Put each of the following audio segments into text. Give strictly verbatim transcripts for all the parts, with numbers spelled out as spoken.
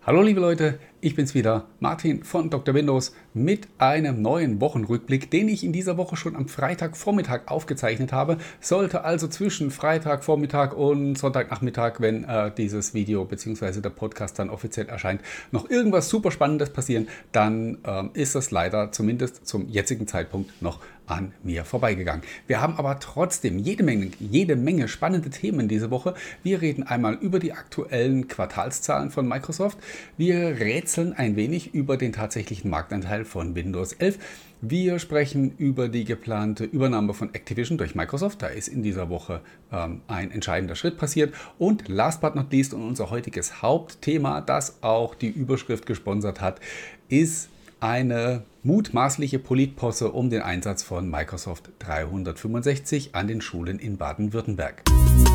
Hallo liebe Leute, ich bin's wieder, Martin von Doktor Windows mit einem neuen Wochenrückblick, den ich in dieser Woche schon am Freitagvormittag aufgezeichnet habe. Sollte also zwischen Freitagvormittag und Sonntagnachmittag, wenn äh, dieses Video bzw. der Podcast dann offiziell erscheint, noch irgendwas super Spannendes passieren, dann ähm, ist das leider zumindest zum jetzigen Zeitpunkt noch an mir vorbeigegangen. Wir haben aber trotzdem jede Menge, jede Menge spannende Themen diese Woche. Wir reden einmal über die aktuellen Quartalszahlen von Microsoft. Wir rätseln ein wenig über den tatsächlichen Marktanteil von Windows elf. Wir sprechen über die geplante Übernahme von Activision durch Microsoft. Da ist in dieser Woche ähm, ein entscheidender Schritt passiert. Und last but not least, und unser heutiges Hauptthema, das auch die Überschrift gesponsert hat, ist eine mutmaßliche Politposse um den Einsatz von Microsoft dreihundertfünfundsechzig an den Schulen in Baden-Württemberg.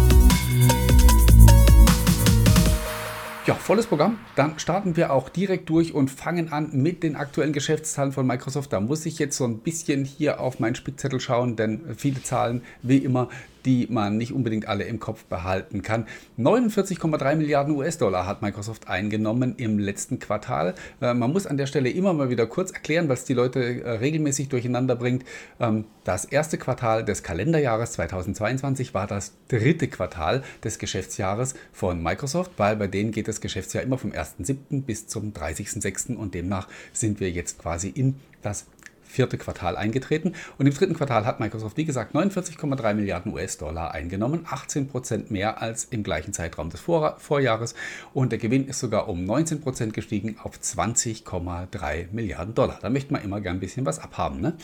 Ja, volles Programm. Dann starten wir auch direkt durch und fangen an mit den aktuellen Geschäftszahlen von Microsoft. Da muss ich jetzt so ein bisschen hier auf meinen Spickzettel schauen, denn viele Zahlen, wie immer, die man nicht unbedingt alle im Kopf behalten kann. neunundvierzig Komma drei Milliarden U S-Dollar hat Microsoft eingenommen im letzten Quartal. Äh, man muss an der Stelle immer mal wieder kurz erklären, was die Leute äh, regelmäßig durcheinander bringt. Ähm, das erste Quartal des Kalenderjahres zweitausendzweiundzwanzig war das dritte Quartal des Geschäftsjahres von Microsoft, weil bei denen geht das Geschäftsjahr immer vom ersten siebten bis zum dreißigsten sechsten und demnach sind wir jetzt quasi in das vierte Quartal eingetreten. Und im dritten Quartal hat Microsoft, wie gesagt, neunundvierzig Komma drei Milliarden U S-Dollar eingenommen, achtzehn Prozent mehr als im gleichen Zeitraum des Vor- Vorjahres. Und der Gewinn ist sogar um neunzehn Prozent gestiegen auf zwanzig Komma drei Milliarden Dollar. Da möchte man immer gern ein bisschen was abhaben, ne?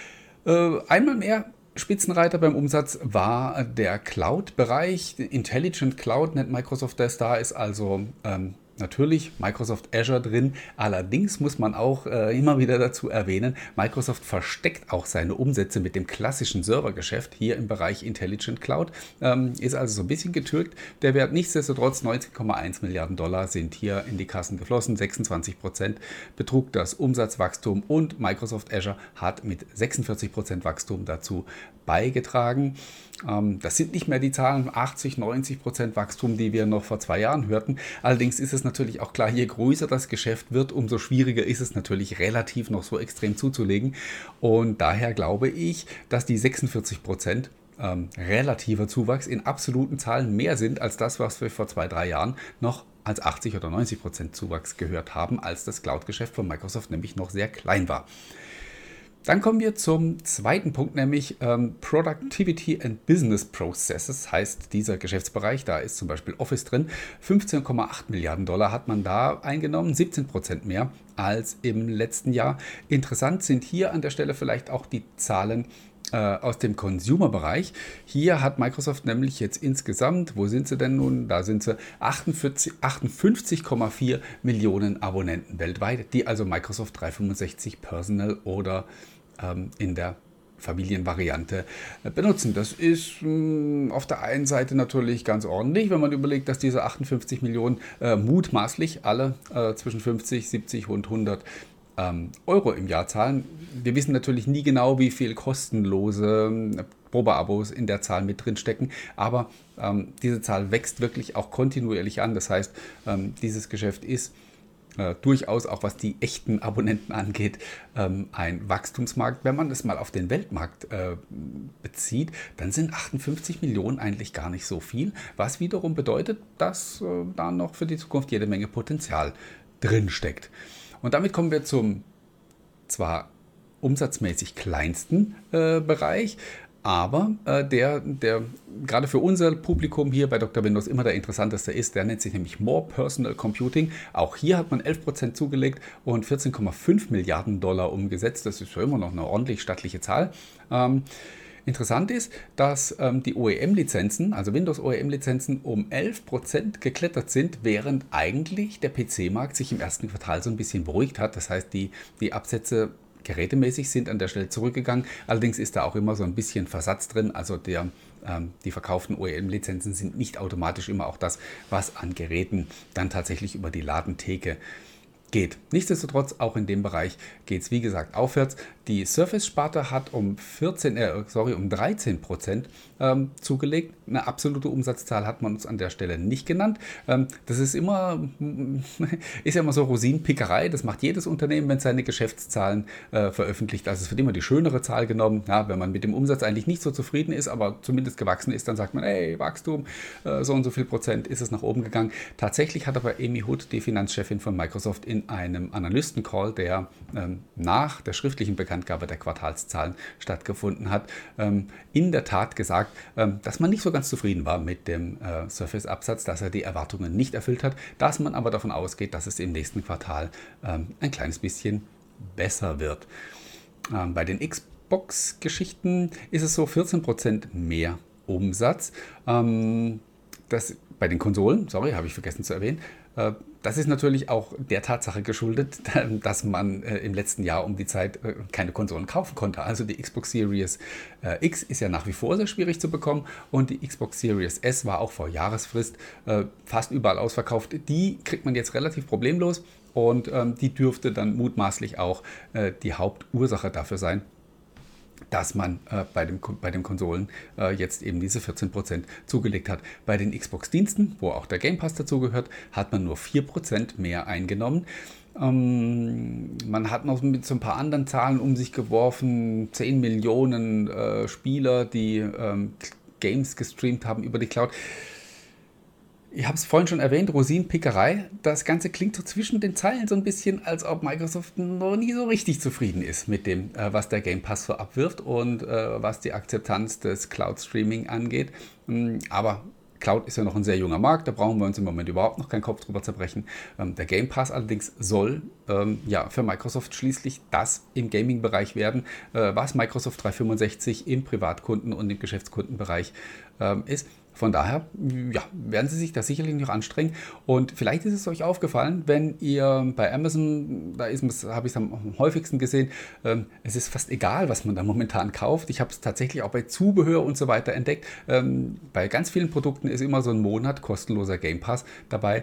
Äh, einmal mehr Spitzenreiter beim Umsatz war der Cloud-Bereich. Intelligent Cloud nennt Microsoft das. Da ist also ähm, natürlich Microsoft Azure drin. Allerdings muss man auch äh, immer wieder dazu erwähnen, Microsoft versteckt auch seine Umsätze mit dem klassischen Servergeschäft hier im Bereich Intelligent Cloud. Ähm, ist also so ein bisschen getürkt. Der Wert nichtsdestotrotz neunzehn Komma eins Milliarden Dollar sind hier in die Kassen geflossen. sechsundzwanzig Prozent betrug das Umsatzwachstum und Microsoft Azure hat mit sechsundvierzig Prozent Wachstum dazu beigetragen. Ähm, das sind nicht mehr die Zahlen achtzig, neunzig Prozent Wachstum, die wir noch vor zwei Jahren hörten. Allerdings ist es natürlich auch klar, je größer das Geschäft wird, umso schwieriger ist es natürlich relativ noch so extrem zuzulegen. Und daher glaube ich, dass die sechsundvierzig Prozent ähm, relativer Zuwachs in absoluten Zahlen mehr sind als das, was wir vor zwei, drei Jahren noch als achtzig oder neunzig Prozent Zuwachs gehört haben, als das Cloud-Geschäft von Microsoft nämlich noch sehr klein war. Dann kommen wir zum zweiten Punkt, nämlich ähm, Productivity and Business Processes, heißt dieser Geschäftsbereich. Da ist zum Beispiel Office drin. fünfzehn Komma acht Milliarden Dollar hat man da eingenommen, siebzehn Prozent mehr als im letzten Jahr. Interessant sind hier an der Stelle vielleicht auch die Zahlen aus dem Consumer-Bereich. Hier hat Microsoft nämlich jetzt insgesamt, wo sind sie denn nun? Da sind sie achtundfünfzig Komma vier Millionen Abonnenten weltweit, die also Microsoft dreihundertfünfundsechzig Personal oder ähm, in der Familienvariante benutzen. Das ist mh, auf der einen Seite natürlich ganz ordentlich, wenn man überlegt, dass diese achtundfünfzig Millionen äh, mutmaßlich alle äh, zwischen fünfzig, siebzig und hundert Euro im Jahr zahlen. Wir wissen natürlich nie genau, wie viel kostenlose Probeabos in der Zahl mit drin stecken, aber ähm, diese Zahl wächst wirklich auch kontinuierlich an. Das heißt, ähm, dieses Geschäft ist äh, durchaus, auch was die echten Abonnenten angeht, ähm, ein Wachstumsmarkt. Wenn man das mal auf den Weltmarkt äh, bezieht, dann sind achtundfünfzig Millionen eigentlich gar nicht so viel, was wiederum bedeutet, dass äh, da noch für die Zukunft jede Menge Potenzial drin steckt. Und damit kommen wir zum zwar umsatzmäßig kleinsten äh, Bereich, aber äh, der, der gerade für unser Publikum hier bei Doktor Windows immer der interessanteste ist. Der nennt sich nämlich More Personal Computing. Auch hier hat man elf Prozent zugelegt und vierzehn Komma fünf Milliarden Dollar umgesetzt. Das ist ja immer noch eine ordentlich stattliche Zahl. Ähm, Interessant ist, dass ähm, die O E M-Lizenzen, also Windows-O E M-Lizenzen, um elf Prozent geklettert sind, während eigentlich der P C-Markt sich im ersten Quartal so ein bisschen beruhigt hat. Das heißt, die, die Absätze gerätemäßig sind an der Stelle zurückgegangen. Allerdings ist da auch immer so ein bisschen Versatz drin. Also der, ähm, die verkauften O E M-Lizenzen sind nicht automatisch immer auch das, was an Geräten dann tatsächlich über die Ladentheke geht. Nichtsdestotrotz, auch in dem Bereich geht es wie gesagt aufwärts. Die Surface-Sparte hat um vierzehn, äh, sorry, um dreizehn Prozent ähm, zugelegt. Eine absolute Umsatzzahl hat man uns an der Stelle nicht genannt. Ähm, das ist immer, ist ja immer so Rosinenpickerei. Das macht jedes Unternehmen, wenn es seine Geschäftszahlen äh, veröffentlicht. Also es wird immer die schönere Zahl genommen. Ja, wenn man mit dem Umsatz eigentlich nicht so zufrieden ist, aber zumindest gewachsen ist, dann sagt man, hey, Wachstum, äh, so und so viel Prozent ist es nach oben gegangen. Tatsächlich hat aber Amy Hood, die Finanzchefin von Microsoft, in einem Analystencall, der ähm, nach der schriftlichen Bekanntgabe der Quartalszahlen stattgefunden hat, ähm, in der Tat gesagt, ähm, dass man nicht so ganz zufrieden war mit dem äh, Surface-Absatz, dass er die Erwartungen nicht erfüllt hat, dass man aber davon ausgeht, dass es im nächsten Quartal ähm, ein kleines bisschen besser wird. Ähm, bei den Xbox-Geschichten ist es so vierzehn Prozent mehr Umsatz. Ähm, das bei den Konsolen, sorry, habe ich vergessen zu erwähnen. Äh, das ist natürlich auch der Tatsache geschuldet, dass man äh, im letzten Jahr um die Zeit äh, keine Konsolen kaufen konnte. Also die Xbox Series äh, X ist ja nach wie vor sehr schwierig zu bekommen und die Xbox Series S war auch vor Jahresfrist äh, fast überall ausverkauft. Die kriegt man jetzt relativ problemlos und ähm, die dürfte dann mutmaßlich auch äh, die Hauptursache dafür sein, dass man äh, bei, dem, bei den Konsolen äh, jetzt eben diese vierzehn Prozent zugelegt hat. Bei den Xbox-Diensten, wo auch der Game Pass dazugehört, hat man nur vier Prozent mehr eingenommen. Ähm, man hat noch mit so ein paar anderen Zahlen um sich geworfen, zehn Millionen äh, Spieler, die ähm, Games gestreamt haben über die Cloud. Ich habe es vorhin schon erwähnt, Rosinenpickerei. Das Ganze klingt so zwischen den Zeilen so ein bisschen, als ob Microsoft noch nie so richtig zufrieden ist mit dem, äh, was der Game Pass so abwirft und äh, was die Akzeptanz des Cloud-Streaming angeht. Ähm, aber Cloud ist ja noch ein sehr junger Markt, da brauchen wir uns im Moment überhaupt noch keinen Kopf drüber zerbrechen. Ähm, der Game Pass allerdings soll ähm, ja, für Microsoft schließlich das im Gaming-Bereich werden, äh, was Microsoft dreihundertfünfundsechzig im Privatkunden- und im Geschäftskundenbereich ähm, ist. Von daher ja, werden Sie sich da sicherlich noch anstrengen. Und vielleicht ist es euch aufgefallen, wenn ihr bei Amazon, da habe ich es am häufigsten gesehen, ähm, es ist fast egal, was man da momentan kauft. Ich habe es tatsächlich auch bei Zubehör und so weiter entdeckt. Ähm, bei ganz vielen Produkten ist immer so ein Monat kostenloser Game Pass dabei.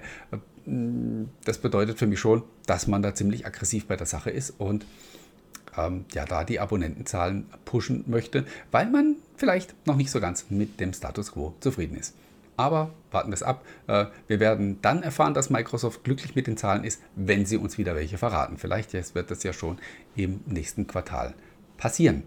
Das bedeutet für mich schon, dass man da ziemlich aggressiv bei der Sache ist und ähm, ja, da die Abonnentenzahlen pushen möchte, weil man vielleicht noch nicht so ganz mit dem Status Quo zufrieden ist. Aber warten wir es ab. Äh, wir werden dann erfahren, dass Microsoft glücklich mit den Zahlen ist, wenn sie uns wieder welche verraten. Vielleicht wird das ja schon im nächsten Quartal passieren.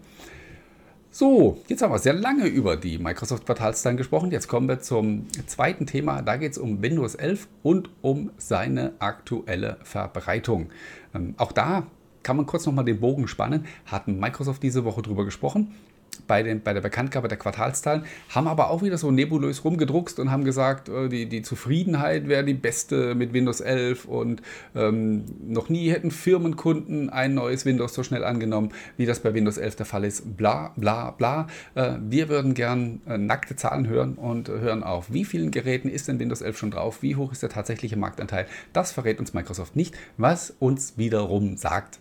So, jetzt haben wir sehr lange über die Microsoft-Quartalszahlen gesprochen. Jetzt kommen wir zum zweiten Thema. Da geht es um Windows elf und um seine aktuelle Verbreitung. Ähm, auch da kann man kurz nochmal den Bogen spannen. Hatten Microsoft diese Woche drüber gesprochen, bei, den, bei der Bekanntgabe der Quartalszahlen, haben aber auch wieder so nebulös rumgedruckst und haben gesagt, äh, die, die Zufriedenheit wäre die beste mit Windows elf und ähm, noch nie hätten Firmenkunden ein neues Windows so schnell angenommen, wie das bei Windows elf der Fall ist. Bla, bla, bla. Äh, wir würden gern äh, nackte Zahlen hören und äh, hören auf, wie vielen Geräten ist denn Windows elf schon drauf, wie hoch ist der tatsächliche Marktanteil. Das verrät uns Microsoft nicht, was uns wiederum sagt,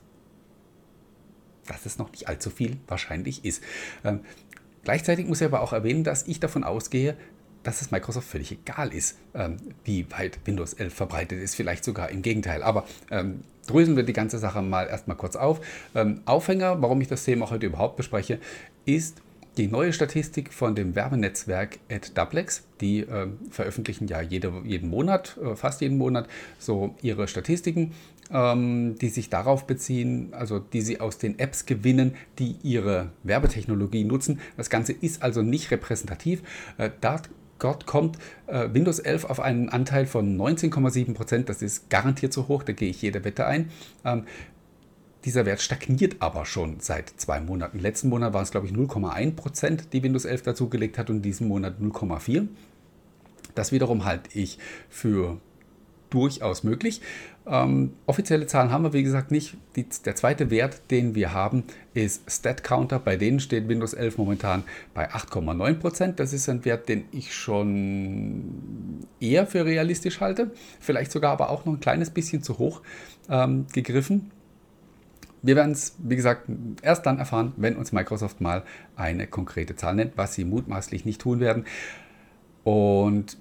dass es noch nicht allzu viel wahrscheinlich ist. Ähm, gleichzeitig muss ich aber auch erwähnen, dass ich davon ausgehe, dass es Microsoft völlig egal ist, ähm, wie weit Windows elf verbreitet ist, vielleicht sogar im Gegenteil. Aber ähm, dröseln wir die ganze Sache mal erstmal kurz auf. Ähm, Aufhänger, warum ich das Thema heute überhaupt bespreche, ist die neue Statistik von dem Werbenetzwerk AdDoublex. Die äh, veröffentlichen ja jede, jeden Monat, äh, fast jeden Monat, so ihre Statistiken, ähm, die sich darauf beziehen, also die sie aus den Apps gewinnen, die ihre Werbetechnologie nutzen. Das Ganze ist also nicht repräsentativ. Äh, dort Dort kommt äh, Windows elf auf einen Anteil von neunzehn Komma sieben Prozent. Das ist garantiert zu hoch, da gehe ich jede Wette ein. Ähm, Dieser Wert stagniert aber schon seit zwei Monaten. Letzten Monat waren es, glaube ich, null Komma eins Prozent, die Windows elf dazugelegt hat, und in diesem Monat null Komma vier. Das wiederum halte ich für durchaus möglich. Ähm, offizielle Zahlen haben wir, wie gesagt, nicht. Die, der zweite Wert, den wir haben, ist StatCounter. Bei denen steht Windows elf momentan bei acht Komma neun Prozent. Das ist ein Wert, den ich schon eher für realistisch halte. Vielleicht sogar aber auch noch ein kleines bisschen zu hoch ähm, gegriffen. Wir werden es, wie gesagt, erst dann erfahren, wenn uns Microsoft mal eine konkrete Zahl nennt, was sie mutmaßlich nicht tun werden. Und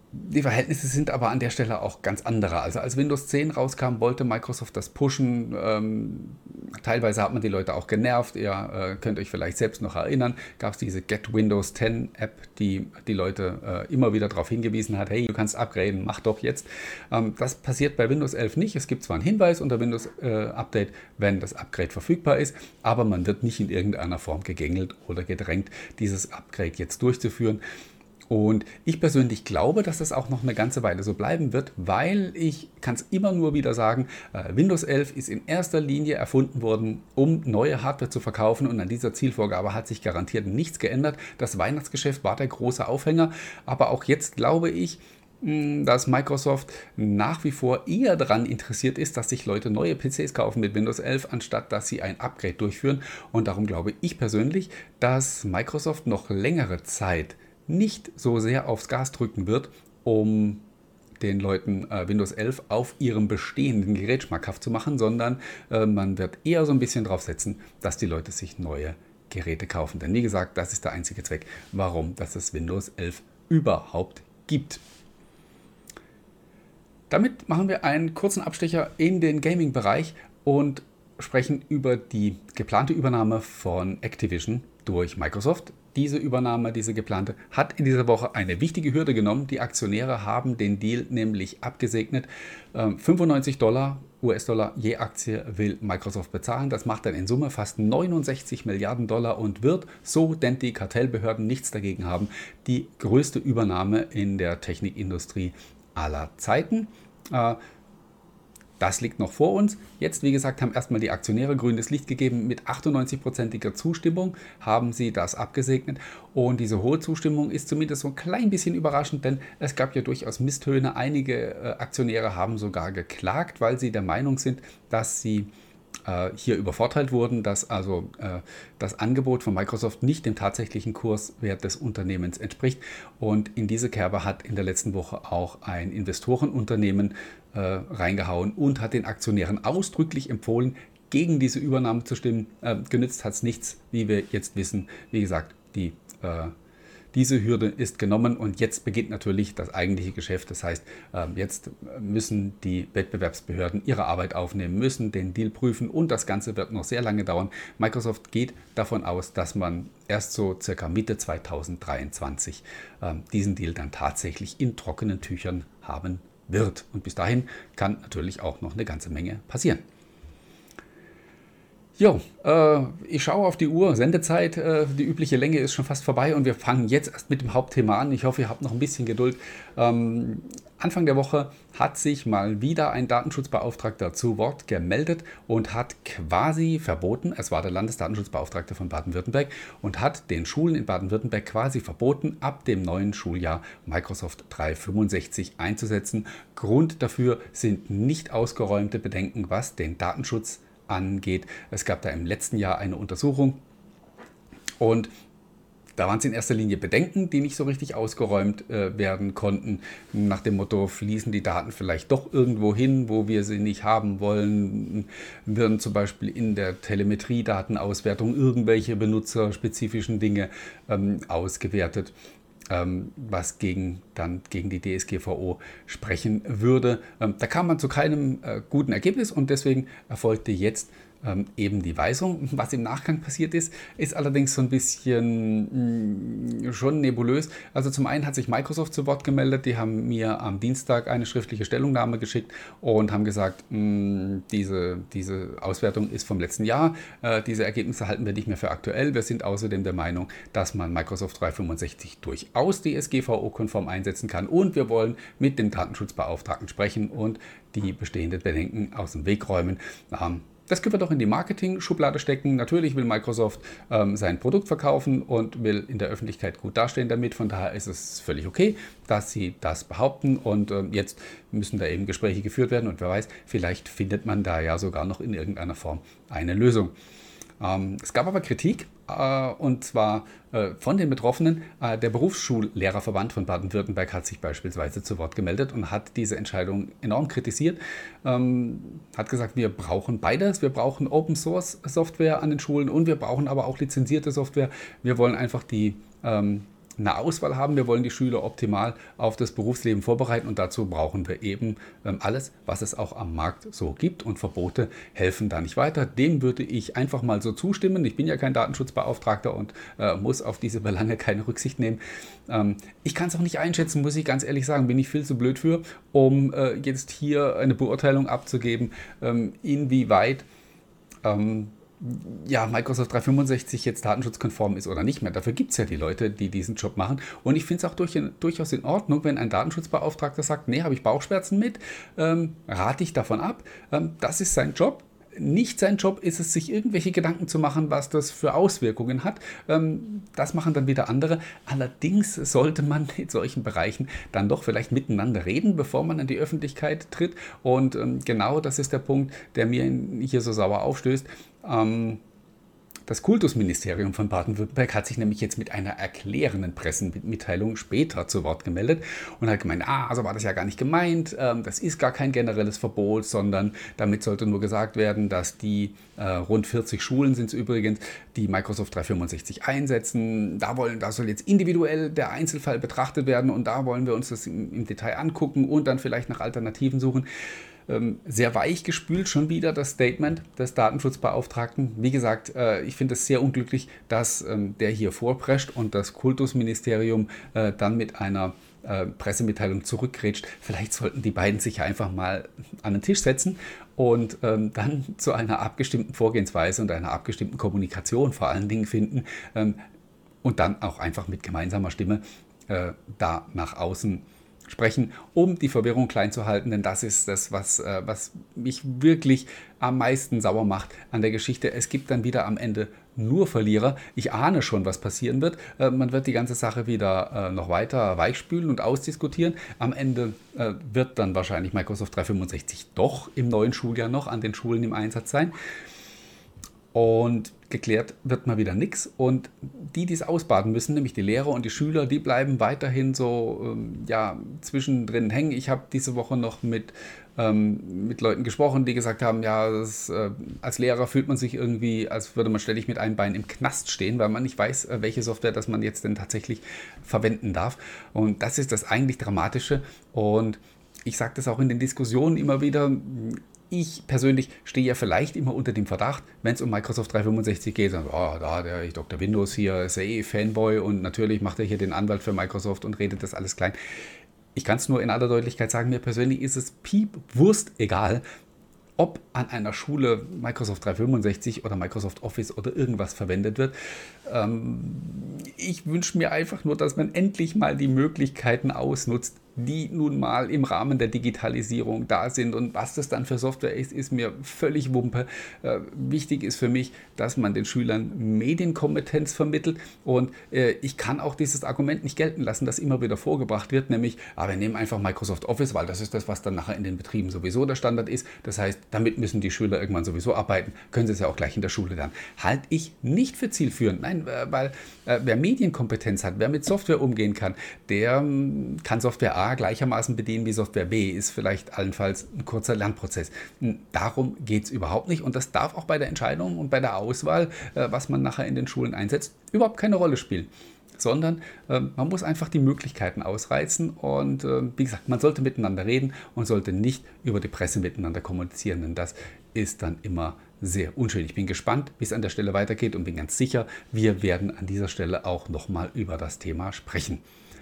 Die Verhältnisse sind aber an der Stelle auch ganz andere. Also als Windows zehn rauskam, wollte Microsoft das pushen. Ähm, teilweise hat man die Leute auch genervt. Ihr äh, könnt euch vielleicht selbst noch erinnern, gab es diese Get Windows zehn App, die die Leute äh, immer wieder darauf hingewiesen hat, hey, du kannst upgraden, mach doch jetzt. Ähm, das passiert bei Windows elf nicht. Es gibt zwar einen Hinweis unter Windows äh, Update, wenn das Upgrade verfügbar ist, aber man wird nicht in irgendeiner Form gegängelt oder gedrängt, dieses Upgrade jetzt durchzuführen. Und ich persönlich glaube, dass das auch noch eine ganze Weile so bleiben wird, weil ich kann es immer nur wieder sagen, äh, Windows elf ist in erster Linie erfunden worden, um neue Hardware zu verkaufen, und an dieser Zielvorgabe hat sich garantiert nichts geändert. Das Weihnachtsgeschäft war der große Aufhänger, aber auch jetzt glaube ich, mh, dass Microsoft nach wie vor eher daran interessiert ist, dass sich Leute neue P Cs kaufen mit Windows elf, anstatt dass sie ein Upgrade durchführen. Und darum glaube ich persönlich, dass Microsoft noch längere Zeit nicht so sehr aufs Gas drücken wird, um den Leuten äh, Windows elf auf ihrem bestehenden Gerät schmackhaft zu machen, sondern äh, man wird eher so ein bisschen drauf setzen, dass die Leute sich neue Geräte kaufen. Denn wie gesagt, das ist der einzige Zweck, warum dass es Windows elf überhaupt gibt. Damit machen wir einen kurzen Abstecher in den Gaming-Bereich und sprechen über die geplante Übernahme von Activision durch Microsoft. Diese Übernahme, diese geplante, hat in dieser Woche eine wichtige Hürde genommen. Die Aktionäre haben den Deal nämlich abgesegnet. fünfundneunzig Dollar, U S-Dollar je Aktie will Microsoft bezahlen. Das macht dann in Summe fast neunundsechzig Milliarden Dollar und wird, so denn die Kartellbehörden nichts dagegen haben, die größte Übernahme in der Technikindustrie aller Zeiten. Das liegt noch vor uns. Jetzt, wie gesagt, haben erstmal die Aktionäre grünes Licht gegeben. Mit achtundneunzig-prozentiger Zustimmung haben sie das abgesegnet. Und diese hohe Zustimmung ist zumindest so ein klein bisschen überraschend, denn es gab ja durchaus Misstöne. Einige äh, Aktionäre haben sogar geklagt, weil sie der Meinung sind, dass sie äh, hier übervorteilt wurden, dass also äh, das Angebot von Microsoft nicht dem tatsächlichen Kurswert des Unternehmens entspricht. Und in diese Kerbe hat in der letzten Woche auch ein Investorenunternehmen äh, reingehauen und hat den Aktionären ausdrücklich empfohlen, gegen diese Übernahme zu stimmen. Äh, genützt hat es nichts, wie wir jetzt wissen. Wie gesagt, die äh, Diese Hürde ist genommen und jetzt beginnt natürlich das eigentliche Geschäft. Das heißt, jetzt müssen die Wettbewerbsbehörden ihre Arbeit aufnehmen, müssen den Deal prüfen und das Ganze wird noch sehr lange dauern. Microsoft geht davon aus, dass man erst so circa Mitte zweitausenddreiundzwanzig diesen Deal dann tatsächlich in trockenen Tüchern haben wird. Und bis dahin kann natürlich auch noch eine ganze Menge passieren. Jo, äh, ich schaue auf die Uhr, Sendezeit, äh, die übliche Länge ist schon fast vorbei und wir fangen jetzt erst mit dem Hauptthema an. Ich hoffe, ihr habt noch ein bisschen Geduld. Ähm, Anfang der Woche hat sich mal wieder ein Datenschutzbeauftragter zu Wort gemeldet und hat quasi verboten, es war der Landesdatenschutzbeauftragte von Baden-Württemberg, und hat den Schulen in Baden-Württemberg quasi verboten, ab dem neuen Schuljahr Microsoft dreihundertfünfundsechzig einzusetzen. Grund dafür sind nicht ausgeräumte Bedenken, was den Datenschutz angeht. Es gab da im letzten Jahr eine Untersuchung und da waren es in erster Linie Bedenken, die nicht so richtig ausgeräumt äh, werden konnten. Nach dem Motto, fließen die Daten vielleicht doch irgendwo hin, wo wir sie nicht haben wollen? Werden zum Beispiel in der Telemetriedatenauswertung irgendwelche benutzerspezifischen Dinge ähm, ausgewertet, ähm, was gegen, dann gegen die D S G V O sprechen würde. Ähm, da kam man zu keinem äh, guten Ergebnis und deswegen erfolgte jetzt ähm, eben die Weisung. Was im Nachgang passiert ist, ist allerdings so ein bisschen mh, schon nebulös. Also zum einen hat sich Microsoft zu Wort gemeldet, die haben mir am Dienstag eine schriftliche Stellungnahme geschickt und haben gesagt, mh, diese, diese Auswertung ist vom letzten Jahr, äh, diese Ergebnisse halten wir nicht mehr für aktuell. Wir sind außerdem der Meinung, dass man Microsoft dreihundertfünfundsechzig durchaus D S G V O-konform einsetzen kann und wir wollen mit dem Datenschutzbeauftragten sprechen und die bestehenden Bedenken aus dem Weg räumen. Ähm, Das können wir doch in die Marketing-Schublade stecken. Natürlich will Microsoft ähm, sein Produkt verkaufen und will in der Öffentlichkeit gut dastehen damit. Von daher ist es völlig okay, dass sie das behaupten. Und ähm, jetzt müssen da eben Gespräche geführt werden. Und wer weiß, vielleicht findet man da ja sogar noch in irgendeiner Form eine Lösung. Ähm, es gab aber Kritik, äh, und zwar äh, von den Betroffenen. Äh, der Berufsschullehrerverband von Baden-Württemberg hat sich beispielsweise zu Wort gemeldet und hat diese Entscheidung enorm kritisiert. Ähm, hat gesagt, wir brauchen beides. Wir brauchen Open-Source-Software an den Schulen und wir brauchen aber auch lizenzierte Software. Wir wollen einfach die ähm, eine Auswahl haben. Wir wollen die Schüler optimal auf das Berufsleben vorbereiten und dazu brauchen wir eben ähm, alles, was es auch am Markt so gibt, und Verbote helfen da nicht weiter. Dem würde ich einfach mal so zustimmen. Ich bin ja kein Datenschutzbeauftragter und äh, muss auf diese Belange keine Rücksicht nehmen. Ähm, ich kann es auch nicht einschätzen, muss ich ganz ehrlich sagen, bin ich viel zu blöd für, um äh, jetzt hier eine Beurteilung abzugeben, ähm, inwieweit ähm, ja, Microsoft dreihundertfünfundsechzig jetzt datenschutzkonform ist oder nicht mehr. Dafür gibt es ja die Leute, die diesen Job machen. Und ich finde es auch durch, durchaus in Ordnung, wenn ein Datenschutzbeauftragter sagt, nee, habe ich Bauchschmerzen mit, ähm, rate ich davon ab. Ähm, das ist sein Job. Nicht sein Job ist es, sich irgendwelche Gedanken zu machen, was das für Auswirkungen hat. Ähm, das machen dann wieder andere. Allerdings sollte man in solchen Bereichen dann doch vielleicht miteinander reden, bevor man an die Öffentlichkeit tritt. Und ähm, genau das ist der Punkt, der mir hier so sauer aufstößt. Ähm, Das Kultusministerium von Baden-Württemberg hat sich nämlich jetzt mit einer erklärenden Pressemitteilung später zu Wort gemeldet und hat gemeint, ah, so war das ja gar nicht gemeint, ähm, das ist gar kein generelles Verbot, sondern damit sollte nur gesagt werden, dass die äh, rund vierzig Schulen sind es übrigens, die Microsoft dreihundertfünfundsechzig einsetzen, da, wollen, da soll jetzt individuell der Einzelfall betrachtet werden und da wollen wir uns das im, im Detail angucken und dann vielleicht nach Alternativen suchen. Sehr weich gespült schon wieder das Statement des Datenschutzbeauftragten. Wie gesagt, ich finde es sehr unglücklich, dass der hier vorprescht und das Kultusministerium dann mit einer Pressemitteilung zurückgrätscht. Vielleicht sollten die beiden sich einfach mal an den Tisch setzen und dann zu einer abgestimmten Vorgehensweise und einer abgestimmten Kommunikation vor allen Dingen finden und dann auch einfach mit gemeinsamer Stimme da nach außen sprechen, um die Verwirrung klein zu halten, denn das ist das, was, äh, was mich wirklich am meisten sauer macht an der Geschichte. Es gibt dann wieder am Ende nur Verlierer. Ich ahne schon, was passieren wird. Äh, man wird die ganze Sache wieder äh, noch weiter weichspülen und ausdiskutieren. Am Ende äh, wird dann wahrscheinlich Microsoft dreihundertfünfundsechzig doch im neuen Schuljahr noch an den Schulen im Einsatz sein. Und geklärt wird mal wieder nichts. Und die, die es ausbaden müssen, nämlich die Lehrer und die Schüler, die bleiben weiterhin so ähm, ja, zwischendrin hängen. Ich habe diese Woche noch mit, ähm, mit Leuten gesprochen, die gesagt haben, ja, das, äh, als Lehrer fühlt man sich irgendwie, als würde man ständig mit einem Bein im Knast stehen, weil man nicht weiß, welche Software das man jetzt denn tatsächlich verwenden darf. Und das ist das eigentlich Dramatische. Und ich sage das auch in den Diskussionen immer wieder. Ich persönlich stehe ja vielleicht immer unter dem Verdacht, wenn es um Microsoft dreihundertfünfundsechzig geht, dann, oh, da der ich Doktor Windows hier, ist ja eh Fanboy und natürlich macht er hier den Anwalt für Microsoft und redet das alles klein. Ich kann es nur in aller Deutlichkeit sagen, mir persönlich ist es piepwurst egal, ob an einer Schule Microsoft dreihundertfünfundsechzig oder Microsoft Office oder irgendwas verwendet wird. Ähm, ich wünsche mir einfach nur, dass man endlich mal die Möglichkeiten ausnutzt, die nun mal im Rahmen der Digitalisierung da sind. Und was das dann für Software ist, ist mir völlig Wumpe. Äh, wichtig ist für mich, dass man den Schülern Medienkompetenz vermittelt. Und äh, ich kann auch dieses Argument nicht gelten lassen, das immer wieder vorgebracht wird, nämlich, ah, wir nehmen einfach Microsoft Office, weil das ist das, was dann nachher in den Betrieben sowieso der Standard ist. Das heißt, damit müssen die Schüler irgendwann sowieso arbeiten, können sie es ja auch gleich in der Schule lernen. Halte ich nicht für zielführend. Nein, äh, weil äh, wer Medienkompetenz hat, wer mit Software umgehen kann, der äh, kann Software A gleichermaßen bedienen wie Software B, ist vielleicht allenfalls ein kurzer Lernprozess. Darum geht es überhaupt nicht und das darf auch bei der Entscheidung und bei der Auswahl, äh, was man nachher in den Schulen einsetzt, überhaupt keine Rolle spielen. Sondern äh, man muss einfach die Möglichkeiten ausreizen und äh, wie gesagt, man sollte miteinander reden und sollte nicht über die Presse miteinander kommunizieren, denn das ist dann immer sehr unschön. Ich bin gespannt, wie es an der Stelle weitergeht und bin ganz sicher, wir werden an dieser Stelle auch nochmal über das Thema sprechen.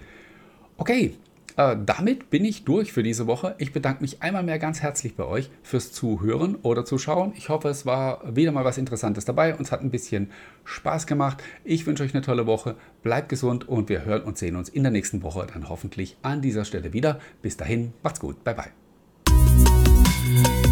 Okay. Äh, damit bin ich durch für diese Woche. Ich bedanke mich einmal mehr ganz herzlich bei euch fürs Zuhören oder Zuschauen. Ich hoffe, es war wieder mal was Interessantes dabei. Uns hat ein bisschen Spaß gemacht. Ich wünsche euch eine tolle Woche. Bleibt gesund und wir hören und sehen uns in der nächsten Woche dann hoffentlich an dieser Stelle wieder. Bis dahin, macht's gut. Bye, bye.